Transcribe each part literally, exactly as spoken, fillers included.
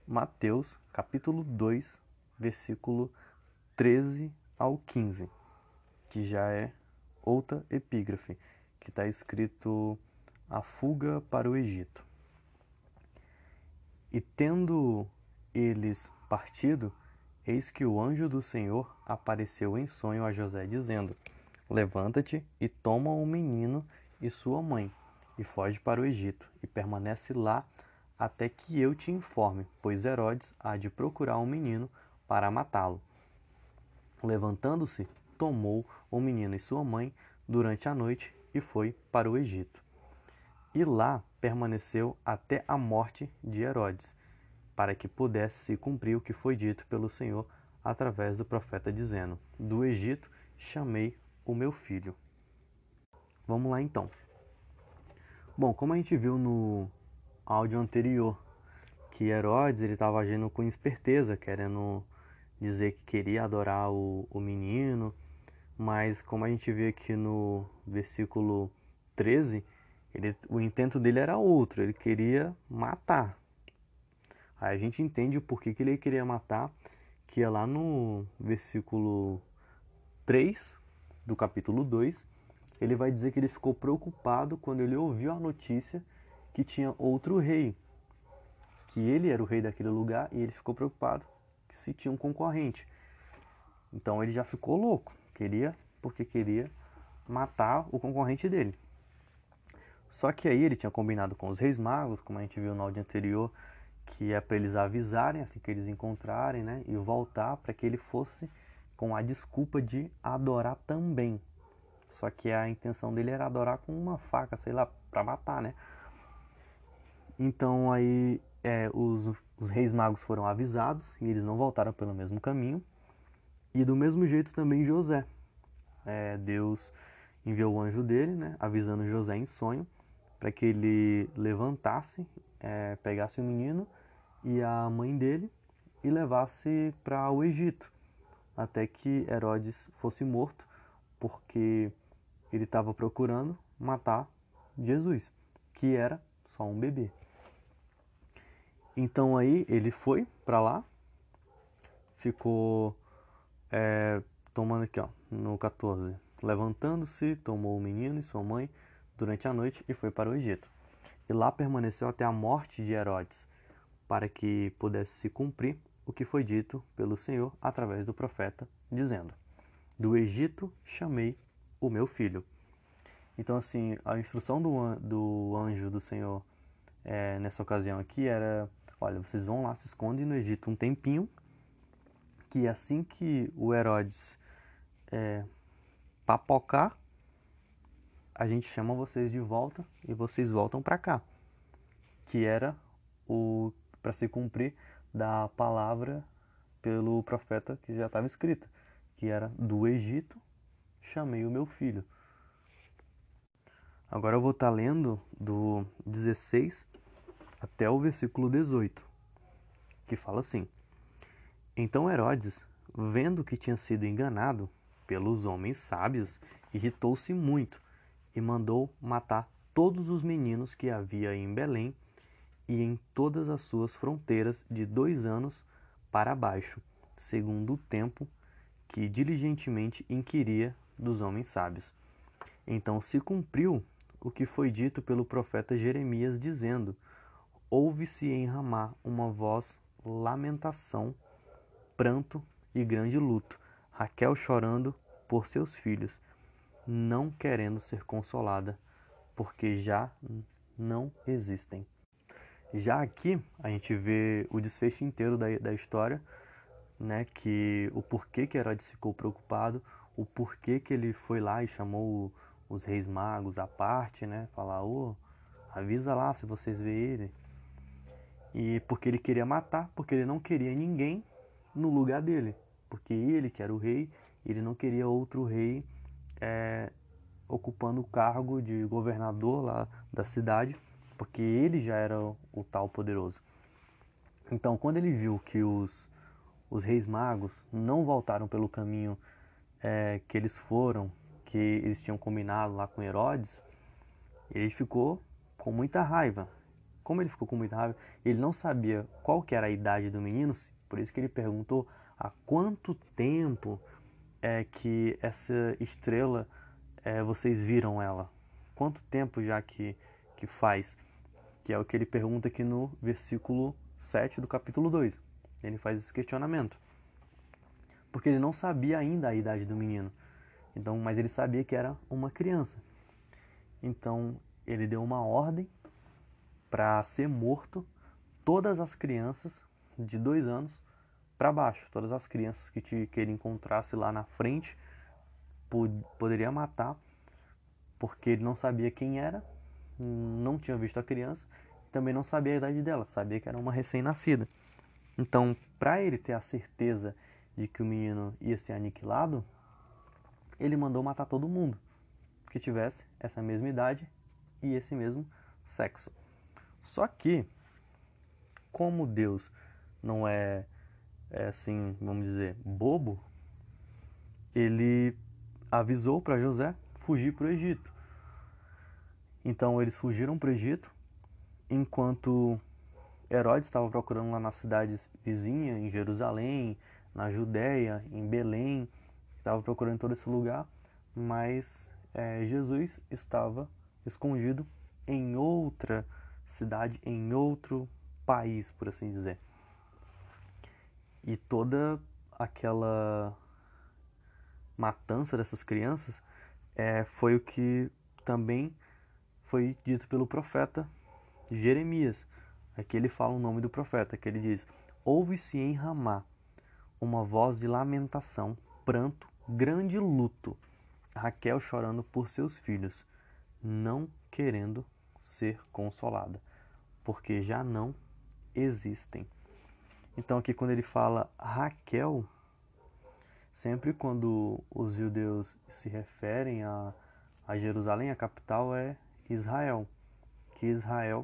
Mateus, capítulo dois, versículo treze ao quinze, que já é outra epígrafe, que está escrito a fuga para o Egito. E tendo eles partido, eis que o anjo do Senhor apareceu em sonho a José, dizendo: Levanta-te e toma o menino e sua mãe, e foge para o Egito, e permanece lá até que eu te informe, pois Herodes há de procurar o menino para matá-lo. Levantando-se, tomou o menino e sua mãe durante a noite e foi para o Egito. E lá permaneceu até a morte de Herodes, para que pudesse se cumprir o que foi dito pelo Senhor através do profeta, dizendo: Do Egito chamei o meu filho. Vamos lá então. Bom, como a gente viu no áudio anterior, que Herodes ele estava agindo com esperteza, querendo dizer que queria adorar o, o menino, mas como a gente vê aqui no versículo treze, ele, o intento dele era outro, ele queria matar. Aí a gente entende o porquê que ele queria matar, que é lá no versículo três do capítulo dois, ele vai dizer que ele ficou preocupado quando ele ouviu a notícia que tinha outro rei, que ele era o rei daquele lugar, e ele ficou preocupado que se tinha um concorrente. Então ele já ficou louco, queria, porque queria matar o concorrente dele. Só que aí ele tinha combinado com os reis magos, como a gente viu no áudio anterior, que é para eles avisarem assim que eles encontrarem, né, e voltar para que ele fosse com a desculpa de adorar também. Só que a intenção dele era adorar com uma faca, sei lá, para matar, né? Então aí é, os, os reis magos foram avisados e eles não voltaram pelo mesmo caminho. E do mesmo jeito também José. É, Deus enviou o anjo dele, né, avisando José em sonho, para que ele levantasse, é, pegasse o menino e a mãe dele e levasse para o Egito, até que Herodes fosse morto, porque ele estava procurando matar Jesus, que era só um bebê. Então aí ele foi para lá, ficou é, tomando aqui, ó, no quatorze, levantando-se, tomou o menino e sua mãe durante a noite e foi para o Egito. E lá permaneceu até a morte de Herodes, para que pudesse se cumprir o que foi dito pelo Senhor através do profeta, dizendo: Do Egito chamei o meu filho. Então, assim, a instrução do, do anjo do Senhor é, nessa ocasião aqui era: olha, vocês vão lá, se escondem no Egito um tempinho, que assim que o Herodes é, papocar, a gente chama vocês de volta e vocês voltam para cá, que era o para se cumprir da palavra pelo profeta que já estava escrita, que era: do Egito chamei o meu filho. Agora eu vou estar lendo do dezesseis até o versículo dezoito, que fala assim: Então Herodes, vendo que tinha sido enganado pelos homens sábios, irritou-se muito e mandou matar todos os meninos que havia em Belém e em todas as suas fronteiras de dois anos para baixo, segundo o tempo que diligentemente inquiria dos homens sábios. Então se cumpriu o que foi dito pelo profeta Jeremias, dizendo: Ouve-se em Ramá uma voz, lamentação, pranto e grande luto, Raquel chorando por seus filhos, não querendo ser consolada, porque já não existem. Já aqui a gente vê o desfecho inteiro da, da história, né, que o porquê que Herodes ficou preocupado, o porquê que ele foi lá e chamou os reis magos à parte, né, falar: ô, avisa lá se vocês verem ele. E porque ele queria matar, porque ele não queria ninguém no lugar dele, porque ele que era o rei, ele não queria outro rei é, ocupando o cargo de governador lá da cidade, porque ele já era o, o tal poderoso. Então, quando ele viu que os, os reis magos não voltaram pelo caminho é, que eles foram, que eles tinham combinado lá com Herodes, ele ficou com muita raiva. como ele ficou com muita raiva, ele não sabia qual que era a idade do menino, por isso que ele perguntou há quanto tempo é que essa estrela, é, vocês viram ela? Quanto tempo já que, que faz? Que é o que ele pergunta aqui no versículo sete do capítulo dois. Ele faz esse questionamento. Porque ele não sabia ainda a idade do menino. Então, mas ele sabia que era uma criança. Então, ele deu uma ordem para ser morto todas as crianças de dois anos para baixo. Todas as crianças que, te, que ele encontrasse lá na frente, pod, poderia matar, porque ele não sabia quem era, não tinha visto a criança, também não sabia a idade dela, sabia que era uma recém-nascida. Então, para ele ter a certeza de que o menino ia ser aniquilado, ele mandou matar todo mundo que tivesse essa mesma idade e esse mesmo sexo. Só que, como Deus não é, é assim, vamos dizer, bobo, ele avisou para José fugir para o Egito. Então eles fugiram para o Egito, enquanto Herodes estava procurando lá nas cidades vizinhas, em Jerusalém, na Judéia, em Belém, estava procurando todo esse lugar, mas é, Jesus estava escondido em outra cidade, em outro país, por assim dizer. E toda aquela matança dessas crianças é, foi o que também foi dito pelo profeta Jeremias. Aqui ele fala o nome do profeta, que ele diz: ouve-se em Ramá uma voz de lamentação, pranto, grande luto, Raquel chorando por seus filhos, não querendo ser consolada, porque já não existem. Então aqui quando ele fala Raquel, sempre quando os judeus se referem a, a Jerusalém, a capital é Israel, que Israel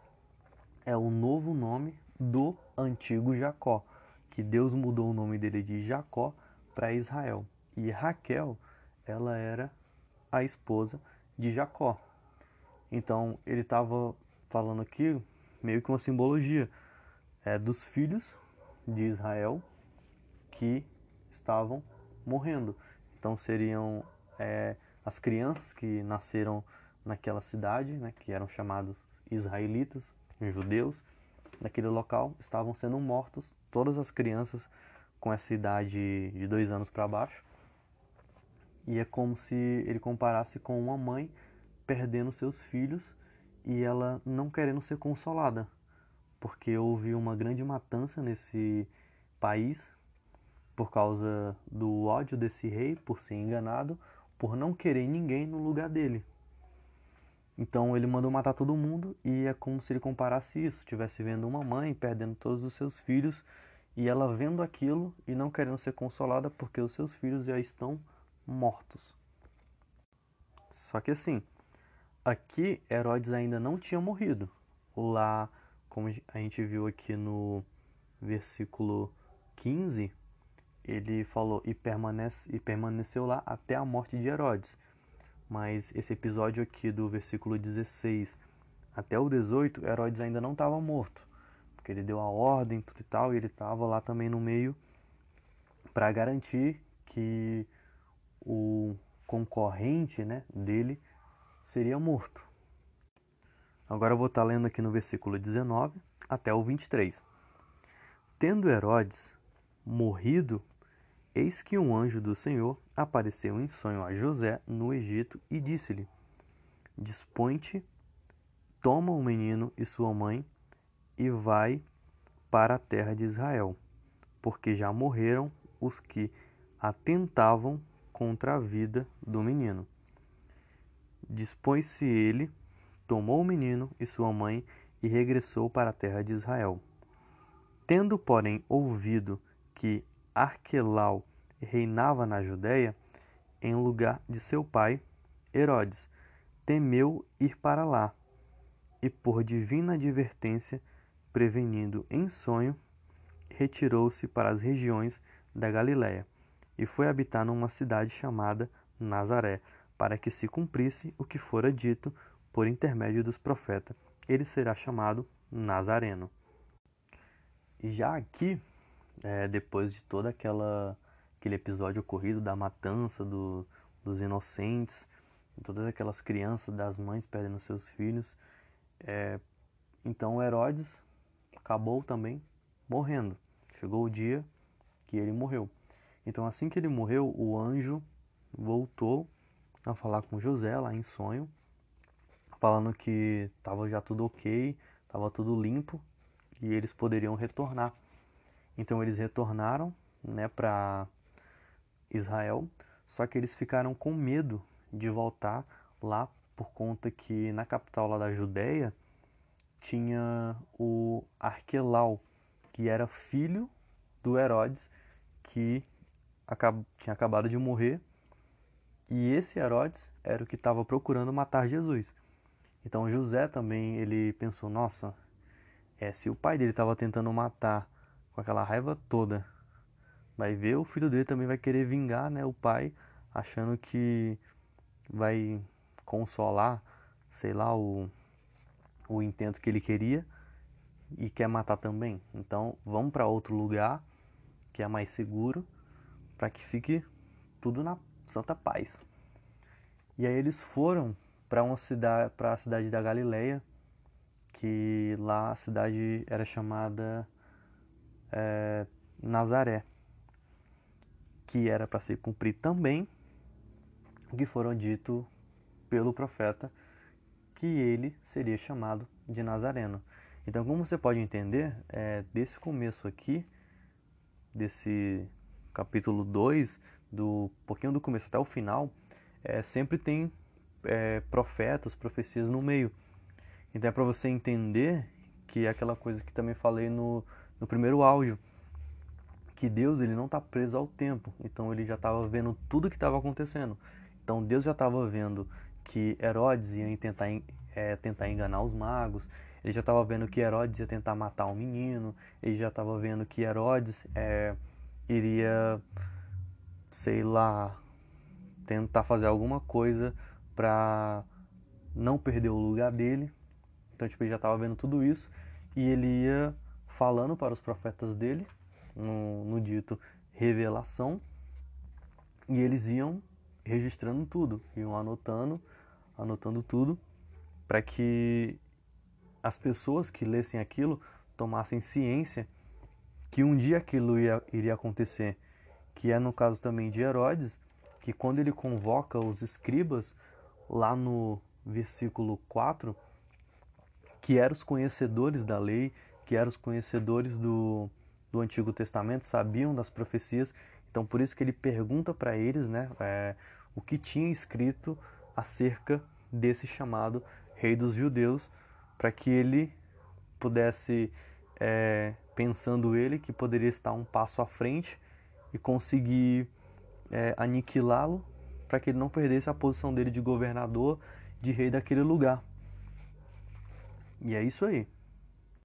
é o novo nome do antigo Jacó, que Deus mudou o nome dele de Jacó para Israel. E Raquel, ela era a esposa de Jacó. Então ele estava falando aqui meio que uma simbologia é, dos filhos de Israel que estavam morrendo. Então seriam é, as crianças que nasceram naquela cidade, né, que eram chamados israelitas, judeus, naquele local, estavam sendo mortos, todas as crianças com essa idade de dois anos para baixo. E é como se ele comparasse com uma mãe perdendo seus filhos e ela não querendo ser consolada, porque houve uma grande matança nesse país por causa do ódio desse rei, por ser enganado, por não querer ninguém no lugar dele. Então ele mandou matar todo mundo e é como se ele comparasse isso, estivesse vendo uma mãe perdendo todos os seus filhos e ela vendo aquilo e não querendo ser consolada porque os seus filhos já estão mortos. Só que assim, aqui Herodes ainda não tinha morrido. Lá, como a gente viu aqui no versículo quinze, ele falou e, permanece, e permaneceu lá até a morte de Herodes. Mas esse episódio aqui do versículo dezesseis até o dezoito, Herodes ainda não estava morto, porque ele deu a ordem tudo e tal, e ele estava lá também no meio para garantir que o concorrente, né, dele seria morto. Agora eu vou estar lendo aqui no versículo dezenove até o vinte e três. Tendo Herodes morrido, eis que um anjo do Senhor apareceu em sonho a José no Egito e disse-lhe: dispõe-te, toma o menino e sua mãe e vai para a terra de Israel, porque já morreram os que atentavam contra a vida do menino. Dispôs-se ele, tomou o menino e sua mãe e regressou para a terra de Israel. Tendo, porém, ouvido que Arquelau reinava na Judéia, em lugar de seu pai, Herodes, temeu ir para lá, e por divina advertência, prevenindo em sonho, retirou-se para as regiões da Galiléia, e foi habitar numa cidade chamada Nazaré, para que se cumprisse o que fora dito por intermédio dos profetas, ele será chamado Nazareno. Já aqui, é, depois de todo aquela, aquele episódio ocorrido da matança do, dos inocentes, todas aquelas crianças das mães perdendo seus filhos, é, então Herodes acabou também morrendo. Chegou o dia que ele morreu. Então assim que ele morreu, o anjo voltou a falar com José lá em sonho, falando que estava já tudo ok, estava tudo limpo e eles poderiam retornar. Então eles retornaram, né, para Israel, só que eles ficaram com medo de voltar lá por conta que na capital lá da Judéia tinha o Arquelau, que era filho do Herodes, que tinha acabado de morrer, e esse Herodes era o que estava procurando matar Jesus. Então José também, ele pensou, nossa, é, se o pai dele estava tentando matar com aquela raiva toda, vai ver, o filho dele também vai querer vingar, né, o pai, achando que vai consolar, sei lá, o, o intento que ele queria e quer matar também. Então vamos para outro lugar que é mais seguro, para que fique tudo na santa paz. E aí eles foram para uma cidade, para a cidade da Galileia, que lá a cidade era chamada é, Nazaré, que era para se cumprir também o que foram dito pelo profeta, que ele seria chamado de Nazareno. Então, como você pode entender, é, desse começo aqui, desse capítulo dois, do pouquinho do começo até o final, é, sempre tem é, profetas, profecias no meio. Então é para você entender que é aquela coisa que também falei no, no primeiro áudio, que Deus ele não está preso ao tempo. Então ele já estava vendo tudo que estava acontecendo. Então Deus já estava vendo que Herodes ia tentar, é, tentar enganar os magos. Ele já estava vendo que Herodes ia tentar matar um menino. Ele já estava vendo que Herodes é, iria, sei lá, tentar fazer alguma coisa para não perder o lugar dele. Então, tipo, ele já estava vendo tudo isso e ele ia falando para os profetas dele, no, no dito revelação, e eles iam registrando tudo, iam anotando, anotando tudo, para que as pessoas que lessem aquilo tomassem ciência que um dia aquilo ia, iria acontecer, que é no caso também de Herodes, que quando ele convoca os escribas, lá no versículo quatro, que eram os conhecedores da lei, que eram os conhecedores do, do Antigo Testamento, sabiam das profecias. Então, por isso que ele pergunta para eles, né, é, o que tinha escrito acerca desse chamado Rei dos Judeus, para que ele pudesse, é, pensando ele, que poderia estar um passo à frente e conseguir é, aniquilá-lo, para que ele não perdesse a posição dele de governador, de rei daquele lugar. E é isso aí.